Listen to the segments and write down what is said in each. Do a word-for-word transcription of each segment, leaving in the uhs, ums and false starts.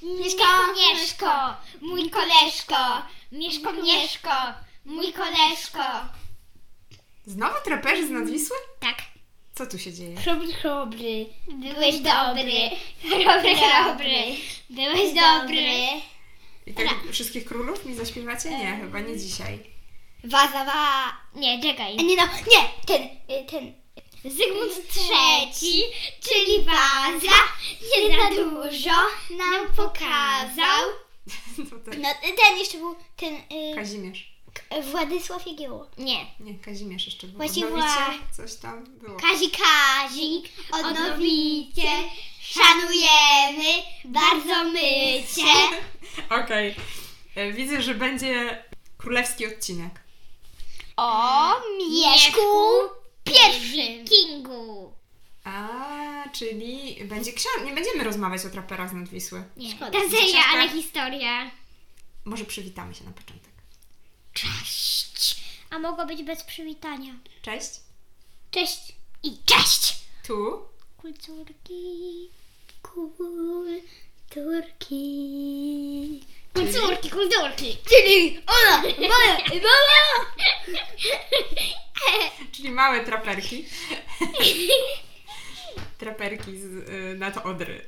Mieszko, Mieszko, mój koleżko. Mieszko, Mieszko, mój koleżko. Znowu traperzy z Nadwisły? Tak. Co tu się dzieje? Chrobry, chrobry, byłeś dobry. Chrobry, chrobry, byłeś dobry. I tak wszystkich królów mi zaśpiewacie? Nie, chyba nie dzisiaj. Waza, wa. Nie, czekaj. Nie no, nie, ten, ten. Zygmunt trzeci, czyli Waza, nie za dużo nam pokazał. No tak. No, ten jeszcze był ten... Y, Kazimierz. Władysław Jagiełło. Nie. Nie, Kazimierz jeszcze był. Właśnie Odnowicie? wła- Coś tam było. Kazi, Kazik, odnowicie, szanujemy, bardzo my Cię. Okej. E, Widzę, że będzie królewski odcinek. O Mieszku pierwszym. Kingu. A, czyli będzie książka. Nie będziemy rozmawiać o traperach z Nadwisły. Nie, Szkoda. ta seria, Książka? ale historia. Może przywitamy się na początek. Cześć. A mogło być bez przywitania. Cześć. Cześć i cześć. Tu. Kulturki, kulturki. Kulturki, kulturki. Czyli ona, moja i mama. Czyli małe traperki. Traperki z, y, nad Odry.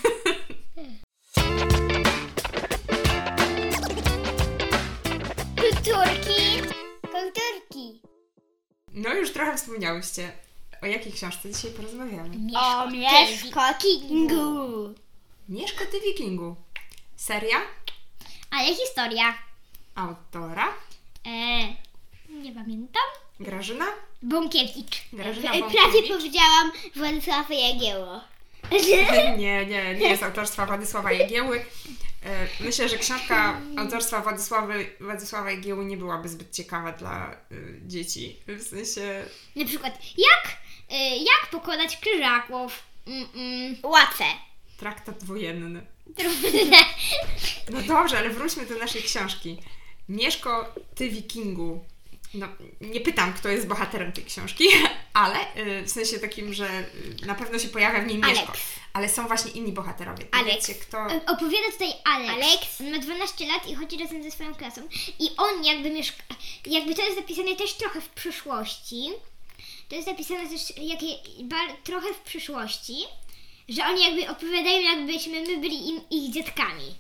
Kulturki, kulturki. No już trochę wspomniałyście. O jakiej książce dzisiaj porozmawiamy? O Mieszko Kingu. Mieszko ty Wikingu. Seria? Ale historia. Autora? Eee, nie pamiętam. Grażyna? Bąkiewicz. Grażyna Prawie Bąkiewicz? powiedziałam Władysława Jagiełło. Nie, nie, nie jest autorstwa Władysława Jagieły. E, Myślę, że książka autorstwa Władysławy, Władysława Jagieły nie byłaby zbyt ciekawa dla y, dzieci. W sensie... Na przykład, jak, y, jak pokonać krzyżaków? Mm-mm. Łatwe. Traktat wojenny. Trudne. No dobrze, ale wróćmy do naszej książki. Mieszko, ty Wikingu. No, nie pytam, kto jest bohaterem tej książki, ale y, w sensie takim, że y, na pewno się pojawia w niej Mieszko. Alex. Ale są właśnie inni bohaterowie. Alex. Wiecie, kto... Opowiada tutaj Alex. Alex. On ma dwanaście lat i chodzi razem ze swoją klasą. I on jakby mieszka... Jakby to jest zapisane też trochę w przyszłości. To jest zapisane też jakie, bar, trochę w przyszłości, że oni jakby opowiadają, jakbyśmy my byli im, ich dziadkami.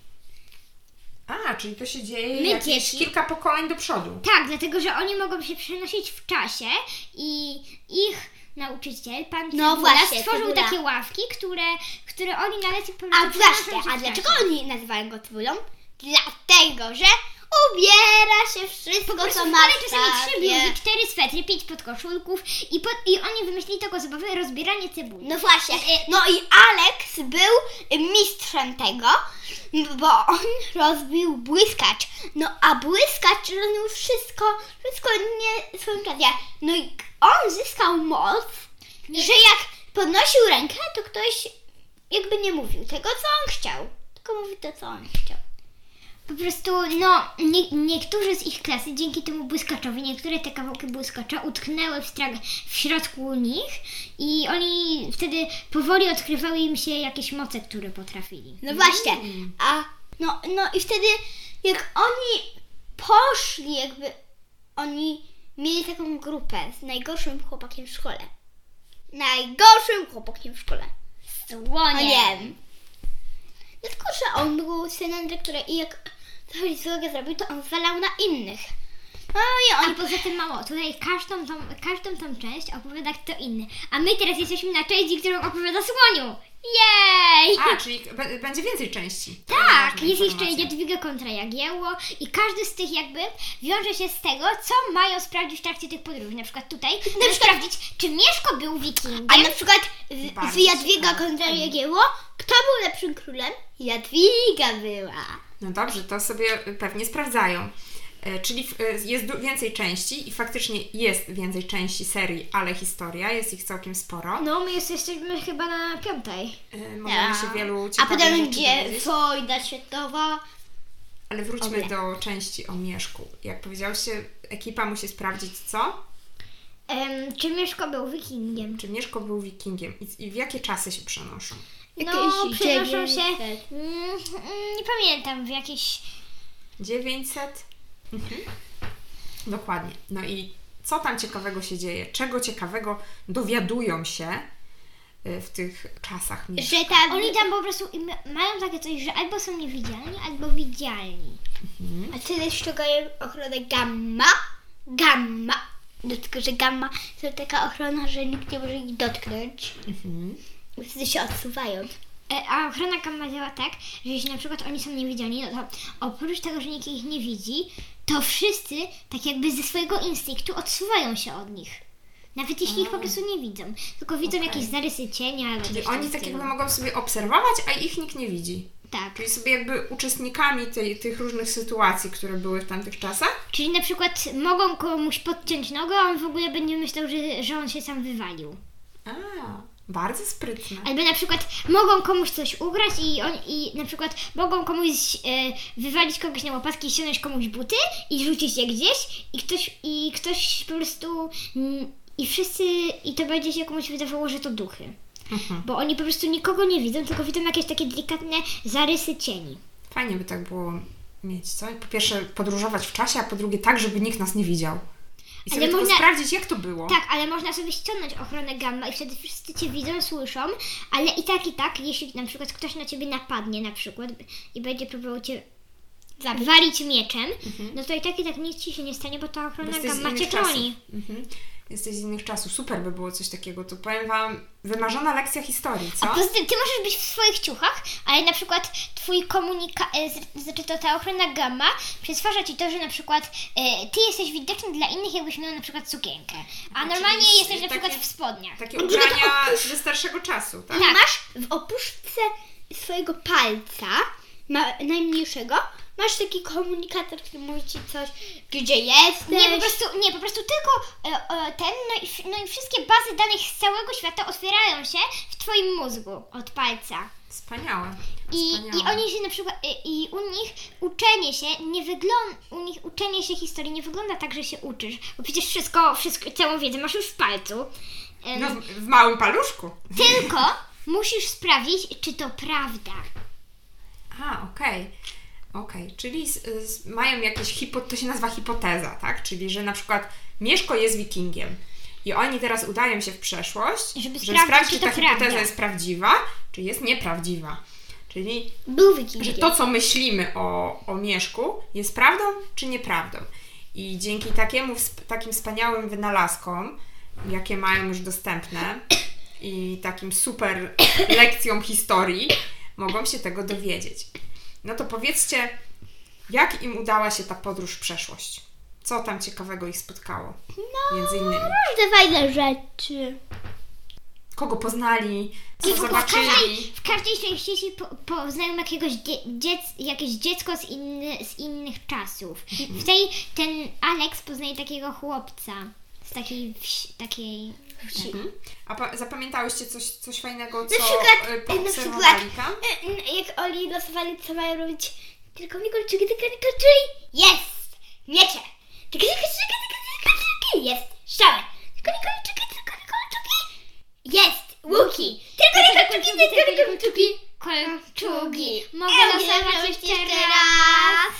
A, czyli to się dzieje My jakieś dzieci. kilka pokoleń do przodu. Tak, dlatego, że oni mogą się przenosić w czasie i ich nauczyciel, pan No Cebula, właśnie, stworzył Cebula. takie ławki, które, które oni na lekcji po A prostu przenoszą właśnie, się a w dlaczego czasie. oni nazywają go cebulą? Dlatego, że ubiera się wszystko, Po prostu co w ma szkole w czasami trzy sobie. bluzy, cztery swetry, pięć podkoszulków i, pod, i oni wymyślili taką zabawę rozbieranie cebuli. No właśnie, no i Alex był mistrzem tego, bo on rozbił błyskacz. No a błyskacz robił wszystko, wszystko nie swoim czasie. No i on zyskał moc, że jak podnosił rękę, to ktoś jakby nie mówił tego, co on chciał, tylko mówił to, co on chciał. Po prostu, no, nie, niektórzy z ich klasy dzięki temu błyskaczowi, niektóre te kawałki błyskacza utknęły w, strag, w środku nich i oni wtedy powoli odkrywały im się jakieś moce, które potrafili. No właśnie, a no, no i wtedy jak oni poszli, jakby oni mieli taką grupę z najgorszym chłopakiem w szkole. Najgorszym chłopakiem w szkole. Słonie. No nie wiem. Tylko, że on był synem dyrektora i jak coś złego zrobił, to on zwalał na innych. No i A oni poza tym mało, tutaj każdą tą, każdą tą część opowiada kto inny. A my teraz jesteśmy na części, którą opowiada Słoniu. Jej! A, czyli b- będzie więcej części. To Tak, ważna jest jeszcze informacja. Jadwiga kontra Jagiełło i każdy z tych jakby wiąże się z tego, co mają sprawdzić w trakcie tych podróży. Na przykład tutaj mają sprawdzić, czy Mieszko był wikingiem. A na przykład z, z Bardzo Jadwiga ciekawe. kontra Jagiełło, kto był lepszym królem? Jadwiga była. No dobrze, to sobie pewnie sprawdzają. E, Czyli w- e, jest du- więcej części i faktycznie jest więcej części serii, ale historia, jest ich całkiem sporo. No, my jesteśmy chyba na piątej. E, Możemy się wielu A ciekawych potem rzeczy będzie dowiedzieć. wojna światowa. Ale wróćmy Oble. do części o Mieszku. Jak powiedziałyście, ekipa musi sprawdzić co? Em, czy Mieszko był wikingiem? Czy Mieszko był wikingiem i, i w jakie czasy się przenoszą? No, Jakieś przenoszą się, dziewięćset. mm, mm, nie pamiętam, w jakieś... dziewięćset? Mhm. Dokładnie. No i co tam ciekawego się dzieje? Czego ciekawego dowiadują się y, w tych czasach Mieszka? Że tam... Oni tam po prostu im- mają takie coś, że albo są niewidzialni, albo widzialni. Mhm. A tyle ściągają ochronę gamma. Gamma. No tylko, że gamma to taka ochrona, że nikt nie może ich dotknąć. Mhm. I wtedy się odsuwają. E, A ochrona gamma działa tak, że jeśli na przykład oni są niewidzialni, no to oprócz tego, że nikt ich nie widzi, to wszyscy tak jakby ze swojego instynktu odsuwają się od nich. Nawet jeśli ich po prostu nie widzą, tylko widzą Okej. jakieś zarysy cienia albo Czyli coś w tym oni tak stylu. jakby mogą sobie obserwować, a ich nikt nie widzi. Tak. Czyli sobie jakby uczestnikami tej, tych różnych sytuacji, które były w tamtych czasach. Czyli na przykład mogą komuś podciąć nogę, a on w ogóle będzie myślał, że, że on się sam wywalił. A, bardzo sprytne. Albo na przykład mogą komuś coś ugrać i, on, i na przykład mogą komuś e, wywalić kogoś na łopatki, ściągnąć komuś buty i rzucić je gdzieś i ktoś, i ktoś po prostu mm, i wszyscy, i to będzie się komuś wydawało, że to duchy. Mhm. Bo oni po prostu nikogo nie widzą, tylko widzą jakieś takie delikatne zarysy cieni. Fajnie by tak było mieć, co? Po pierwsze podróżować w czasie, a po drugie tak, żeby nikt nas nie widział. I sobie Ale tylko można- sprawdzić, jak to było. Tak, ale można sobie ściągnąć ochronę gamma i wtedy wszyscy Cię widzą, słyszą, ale i tak, i tak, jeśli na przykład ktoś na Ciebie napadnie na przykład i będzie próbował Cię walić mieczem, no to i tak, i tak nic Ci się nie stanie, bo ta ochrona Jesteś z gamma Cię innych czasów. chroni. Mhm. Jesteś z innych czasów. Super by było coś takiego. To powiem Wam, wymarzona lekcja historii, co? A poza tym Ty możesz być w swoich ciuchach, ale na przykład Twój komunikat, znaczy to ta ochrona gamma przetwarza Ci to, że na przykład e, Ty jesteś widoczny dla innych, jakbyś miał na przykład sukienkę, a Czyli normalnie s- jesteś na takie- przykład w spodniach. Takie ubrania ze starszego czasu, tak? I masz w opuszce swojego palca, ma, najmniejszego, masz taki komunikator, który mówi ci coś, gdzie jesteś. Nie, po prostu, nie, po prostu tylko e, e, ten, no i, f- no i wszystkie bazy danych z całego świata otwierają się w Twoim mózgu od palca. Wspaniałe. I, Wspaniałe. I oni się na przykład, i, i u nich uczenie się nie wygląda, u nich uczenie się historii nie wygląda tak, że się uczysz, bo przecież wszystko, wszystko całą wiedzę masz już w palcu. Em, No w, w małym paluszku. Tylko musisz sprawdzić, czy to prawda. A, okej. Okej, czyli z, z, mają jakieś, hipo, to się nazywa hipoteza, tak? Czyli, że na przykład Mieszko jest wikingiem i oni teraz udają się w przeszłość, Żeby żeby sprawdzić, sprawdzić, czy czy to ta hipoteza prawda. jest prawdziwa, czy jest nieprawdziwa. Czyli, Był wikingiem. że to, co myślimy o, o Mieszku, jest prawdą, czy nieprawdą. I dzięki takiemu, wsp- takim wspaniałym wynalazkom, jakie mają już dostępne i takim super lekcjom historii, mogą się tego dowiedzieć. No to powiedzcie, jak im udała się ta podróż w przeszłość? Co tam ciekawego ich spotkało? Między innymi. Różne fajne rzeczy. Kogo poznali? Co I w, w, zobaczyli? każdej, w każdej części się po, poznają jakiegoś dzie, dziec, jakieś dziecko z, inny, z innych czasów. W tej ten Alex poznaje takiego chłopca z takiej wsi, takiej wsi. Mhm. A pa- zapamiętałyście coś, coś fajnego, co Na przykład, y, na przykład, poobserwowali tam? e, n- jak oni losowali, co mają robić, tylko Mikolczyki, tylko Mikolczyki, jest! Miecze! Tylko Mikolczyki, tylko Mikolczyki, jest! Strzały! Tylko Mikolczyki, tylko Mikolczyki, jest! Łuki! Tylko Mikolczyki, tylko Mikolczyki, Kolczugi. Mogę Ja losować wiem, jeszcze jeszcze raz.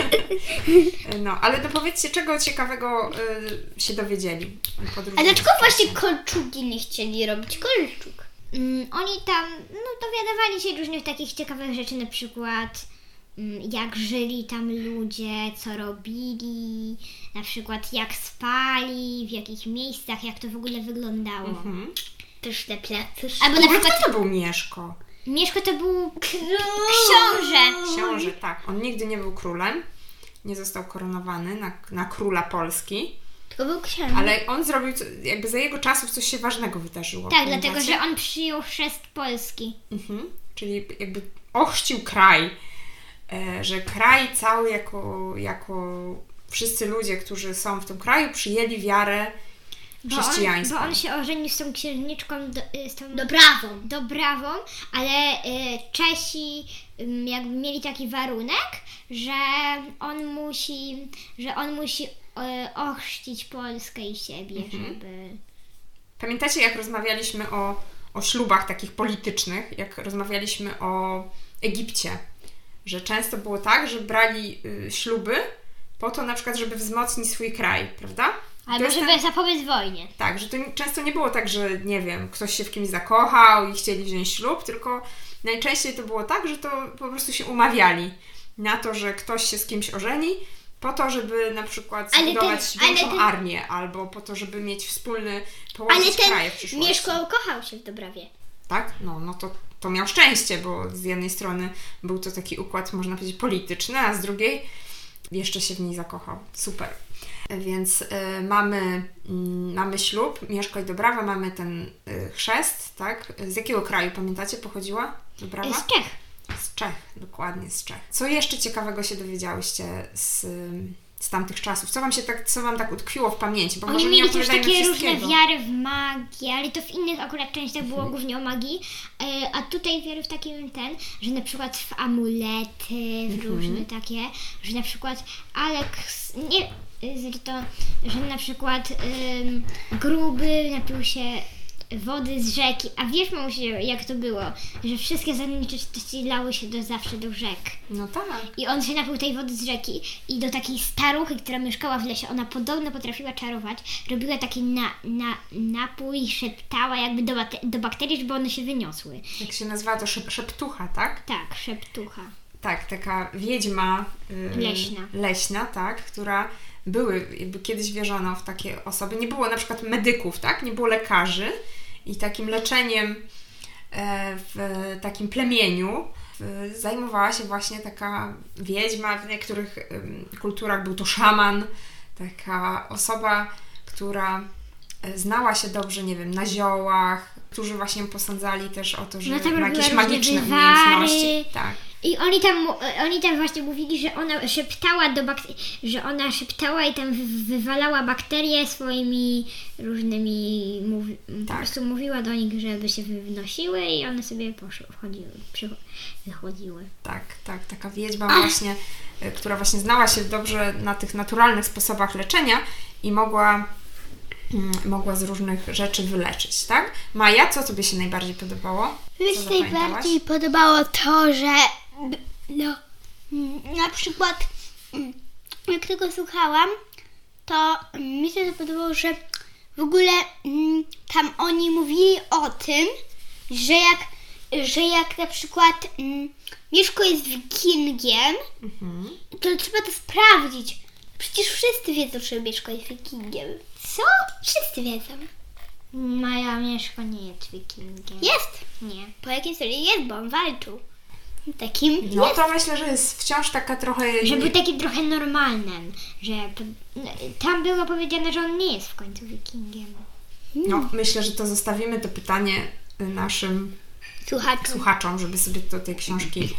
No, ale to powiedzcie, czego ciekawego y, się dowiedzieli w podróży. A dlaczego właśnie kolczugi nie chcieli robić kolczuk? Mm, oni tam no, dowiadywali się różnych takich ciekawych rzeczy, na przykład mm, jak żyli tam ludzie, co robili, na przykład jak spali, w jakich miejscach, jak to w ogóle wyglądało. Mhm. Pyszne plecy. Albo W na ogóle przykład kto to był Mieszko? Mieszko to był książę. Książę, tak. On nigdy nie był królem. Nie został koronowany na, na króla Polski. To był książę. Ale on zrobił, co- jakby za jego czasów coś się ważnego wydarzyło. Tak, pamiętacie? dlatego, że on przyjął chrzest Polski. Mhm. Czyli jakby ochrzcił kraj. E, że kraj cały jako, jako wszyscy ludzie, którzy są w tym kraju, przyjęli wiarę Bo on, chrześcijańską. bo on się ożenił z tą księżniczką, do, y, z tą Dobrawą. Dobrawą, ale y, Czesi ym, jakby mieli taki warunek, że on musi, że on musi y, ochrzcić Polskę i siebie, Mhm. żeby... Pamiętacie, jak rozmawialiśmy o, o ślubach takich politycznych, jak rozmawialiśmy o Egipcie, że często było tak, że brali y, śluby po to na przykład, żeby wzmocnić swój kraj, prawda? Albo żeby ten... zapobiec wojnie. Tak, że to często nie było tak, że nie wiem, ktoś się w kimś zakochał i chcieli wziąć ślub, tylko najczęściej to było tak, że to po prostu się umawiali na to, że ktoś się z kimś ożeni, po to, żeby na przykład zbudować większą ten... armię, albo po to, żeby mieć wspólny, połączyć kraje w przyszłości. Ale ten Mieszko kochał się w Dobrawie. Tak? No, no to, to miał szczęście, bo z jednej strony był to taki układ, można powiedzieć, polityczny, a z drugiej jeszcze się w niej zakochał. Super. Więc y, mamy, y, mamy ślub, Mieszko i Dobrawa, mamy ten y, chrzest, tak? Z jakiego kraju, pamiętacie, pochodziła Dobrawa? Z Czech. Z Czech, dokładnie z Czech. Co jeszcze ciekawego się dowiedziałyście z, z tamtych czasów? Co wam się tak, co wam tak utkwiło w pamięci? Bo Oni może mieli nie też takie wszystkiego. różne wiary w magię, ale to w innych akurat częściach było hmm. głównie o magii, e, a tutaj wiary w takim ten, że na przykład w amulety, w różne hmm. takie, że na przykład Alex, nie, to, że na przykład ym, gruby napił się wody z rzeki, a wiesz, mamusiu, jak to było, że wszystkie zanieczystości lały się do zawsze do rzek. No tak. I on się napił tej wody z rzeki i do takiej staruchy, która mieszkała w lesie, ona podobno potrafiła czarować, robiła taki na, na, napój, szeptała jakby do, do bakterii, żeby one się wyniosły. Jak się nazywa to szep, szeptucha, tak? Tak, szeptucha. Tak, taka wiedźma yy, leśna. leśna, tak, która były, jakby kiedyś wierzono w takie osoby. Nie było na przykład medyków, tak? Nie było lekarzy i takim leczeniem e, w takim plemieniu w, zajmowała się właśnie taka wiedźma. W niektórych y, kulturach był to szaman, taka osoba, która znała się dobrze, nie wiem, na ziołach, którzy właśnie posądzali też o to, że no ma jakieś magiczne wywary. umiejętności. Tak. I oni tam, oni tam właśnie mówili, że ona szeptała do bakterii, że ona szeptała i tam wywalała bakterie swoimi różnymi, mówi, tak. po prostu mówiła do nich, żeby się wynosiły i one sobie poszły, wchodziły, przycho- wychodziły. Tak, tak, taka wiedźma Ach. właśnie, która właśnie znała się dobrze na tych naturalnych sposobach leczenia i mogła mogła z różnych rzeczy wyleczyć, tak? Maja, co Tobie się najbardziej podobało? Mi się najbardziej podobało to, że no, na przykład jak tego słuchałam, to mi się podobało, że w ogóle tam oni mówili o tym, że jak, że jak na przykład Mieszko jest wikingiem, mhm. to trzeba to sprawdzić. Przecież wszyscy wiedzą, że Mieszko jest wikingiem. Co? Wszyscy wiedzą. Maja, Mieszko nie jest wikingiem. Jest? Nie. Po jakiej stronie jest, bo on walczył. Takim No jest. to myślę, że jest wciąż taka trochę... Że był taki trochę normalnym. Że tam było powiedziane, że on nie jest w końcu wikingiem. No, myślę, że to zostawimy to pytanie naszym słuchaczom, słuchaczom żeby sobie do tej książki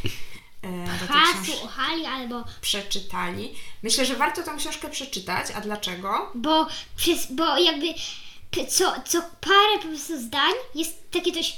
słuchali albo przeczytali. Myślę, że warto tą książkę przeczytać. A dlaczego? Bo, przez, bo jakby co, co parę po prostu zdań jest takie coś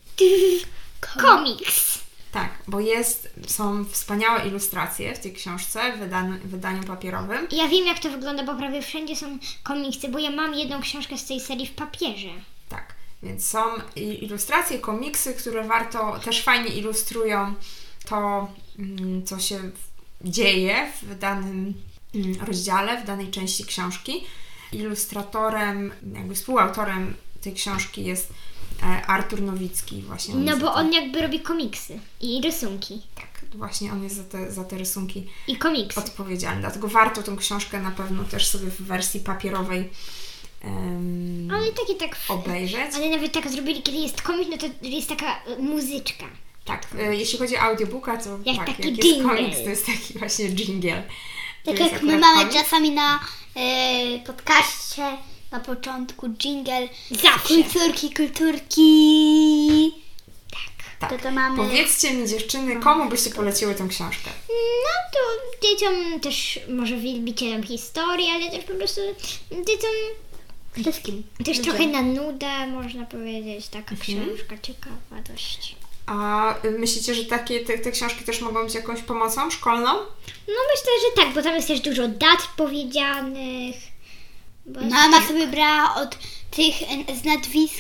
komiks. Tak, bo jest, są wspaniałe ilustracje w tej książce w wydaniu, wydaniu papierowym. Ja wiem, jak to wygląda, bo prawie wszędzie są komiksy, bo ja mam jedną książkę z tej serii w papierze. Tak, więc są ilustracje, komiksy, które warto, też fajnie ilustrują to, co się dzieje w danym rozdziale, w danej części książki. Ilustratorem, jakby współautorem tej książki jest Artur Nowicki właśnie. No bo on jakby robi komiksy i rysunki. Tak, właśnie on jest za te, za te rysunki i komiksy odpowiedzialny. Dlatego warto tą książkę na pewno też sobie w wersji papierowej um, ale takie tak obejrzeć. Ale nawet tak zrobili, kiedy jest komiks, no to jest taka muzyczka. Tak, y, jeśli chodzi o audiobooka, to jak tak, taki jak jingle. jest komiks, to jest taki właśnie jingle. Tak jak my mamy komiks. Czasami na y, podcaście na początku jingle zawsze. Kulturki, kulturki. Tak. To to mamy... Powiedzcie mi, dziewczyny, komu byście poleciły tę książkę? No to dzieciom też, może wielbicielom historii, ale też po prostu dzieciom wszystkim. Też Ludzie. Trochę na nudę, można powiedzieć, taka mhm. książka ciekawa dość. A myślicie, że takie te, te książki też mogą być jakąś pomocą szkolną? No myślę, że tak, bo tam jest też dużo dat powiedzianych. Mama tak. sobie brała od tych z nad Wisły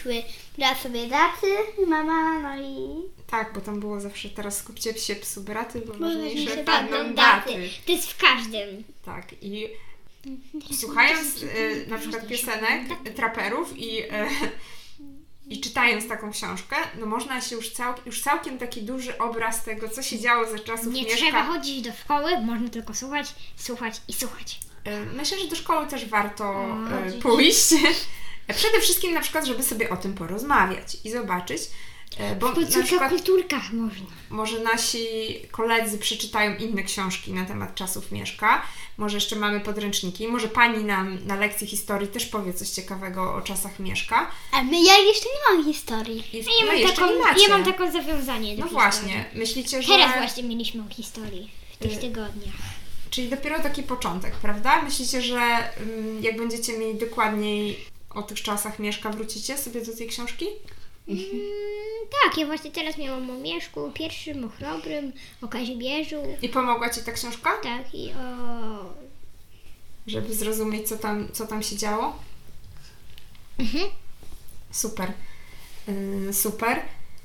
Gra sobie daty, mama, no i... Tak, bo tam było zawsze teraz skupcie się psu braty, bo ważniejsze ważniejsze padną padną daty. daty. To jest w każdym. Tak, i słuchając y, na przykład piosenek traperów i, y, i czytając taką książkę, no można się już, cał, już całkiem taki duży obraz tego, co się działo za czasów Nie Mieszka. trzeba chodzić do szkoły, można tylko słuchać, słuchać i słuchać. Y, Myślę, że do szkoły też warto y, chodzić. pójść. Przede wszystkim na przykład, żeby sobie o tym porozmawiać i zobaczyć, y, bo na Kulturka w przykład kulturkach można. może nasi koledzy przeczytają inne książki na temat czasów Mieszka, może jeszcze mamy podręczniki, może Pani nam na lekcji historii też powie coś ciekawego o czasach Mieszka. A my, ja jeszcze nie mam historii. I, A ja, no mam jeszcze taką, nie macie. ja mam taką zawiązanie do No historii. właśnie, myślicie, że... Teraz właśnie mieliśmy o historii w tych Y- tygodniach. Czyli dopiero taki początek, prawda? Myślicie, że ym, jak będziecie mieli dokładniej o tych czasach Mieszka, wrócicie sobie do tej książki? Mm, tak, ja właśnie teraz miałam o Mieszku pierwszym, o Chrobrym, o Kazimierzu. I pomogła Ci ta książka? Tak, i o... Żeby zrozumieć, co tam, co tam się działo? Mhm. Super. Yy, super.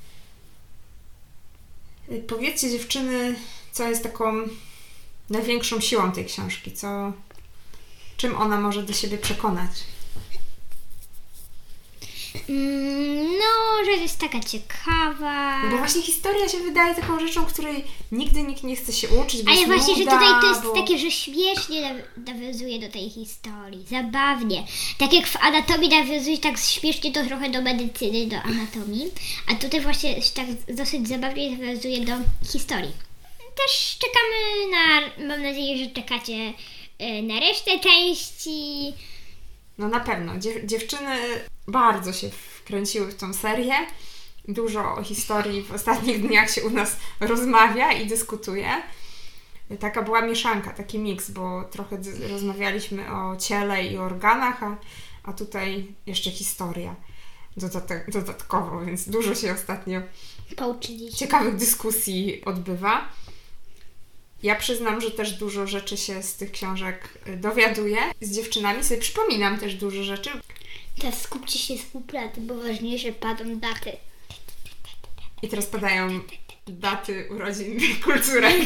Yy, powiedzcie dziewczyny, co jest taką największą siłą tej książki, co, czym ona może do siebie przekonać? Mm, no, że jest taka ciekawa. No bo właśnie historia się wydaje taką rzeczą, której nigdy nikt nie chce się uczyć, bo Ale jest właśnie, że nuda, tutaj to jest bo... takie, że śmiesznie naw- nawiązuje do tej historii, zabawnie. Tak jak w anatomii nawiązuje tak śmiesznie to trochę do medycyny, do anatomii, a tutaj właśnie tak dosyć zabawnie nawiązuje do historii. Też czekamy na, mam nadzieję, że czekacie y, na resztę części. No na pewno. Dziew- dziewczyny bardzo się wkręciły w tą serię. Dużo o historii w ostatnich dniach się u nas rozmawia i dyskutuje. Taka była mieszanka, taki miks, bo trochę d- rozmawialiśmy o ciele i organach, a, a tutaj jeszcze historia dodatek- dodatkowo, więc dużo się ostatnio Pouczyliście. ciekawych dyskusji odbywa. Ja przyznam, że też dużo rzeczy się z tych książek y, dowiaduję. Z dziewczynami sobie przypominam też dużo rzeczy. Teraz skupcie się współpracy, bo ważniejsze padą daty. I teraz padają daty urodzin kulturek.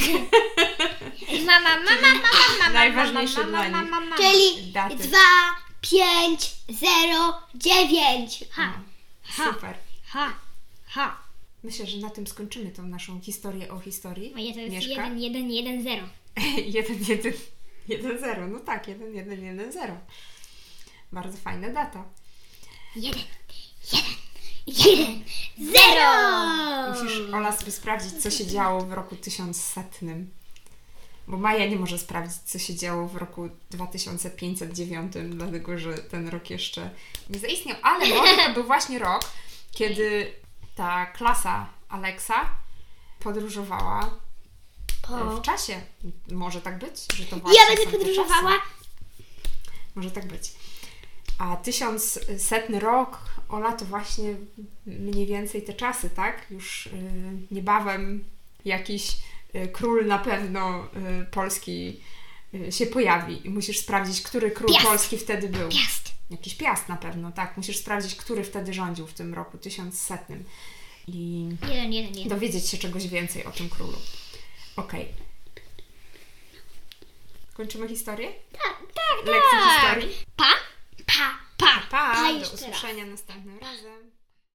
Mama, mama, mama, mama, Najważniejsze mama, dla nich. mama, mama. Czyli Daty. dwa, pięć, zero, dziewięć. Ha, Super. ha, ha. Myślę, że na tym skończymy tą naszą historię o historii. Moje to jest Mieszka. jeden, jeden, jeden, zero. jeden, jeden, jeden, zero. No tak, jeden, jeden, jeden, zero. Bardzo fajna data. Jeden, jeden, jeden, zero! Musisz, Ola, sobie sprawdzić, co się działo w roku tysiącsetnym. Bo Maja nie może sprawdzić, co się działo w roku dwa tysiące pięćset dziewięć, dlatego że ten rok jeszcze nie zaistniał. Ale może to był właśnie rok, kiedy ta klasa Aleksa podróżowała Po. w czasie. Może tak być, że to Ja właśnie będę są te podróżowała. czasy. Może tak być. A tysiącsetny rok, Ola, to właśnie mniej więcej te czasy, tak? Już y, niebawem jakiś y, król na pewno y, polski y, się pojawi i musisz sprawdzić, który król Piast. polski wtedy był. Piast. Jakiś Piast na pewno, tak. Musisz sprawdzić, który wtedy rządził w tym roku tysiącsetnym i Jeden, jeden, jeden. dowiedzieć się czegoś więcej o tym królu. Okej. Kończymy historię? Tak, tak, Lekcję tak. historii? Pa, pa, pa, Pa! Pa Do jeszcze raz. usłyszenia następnym razem.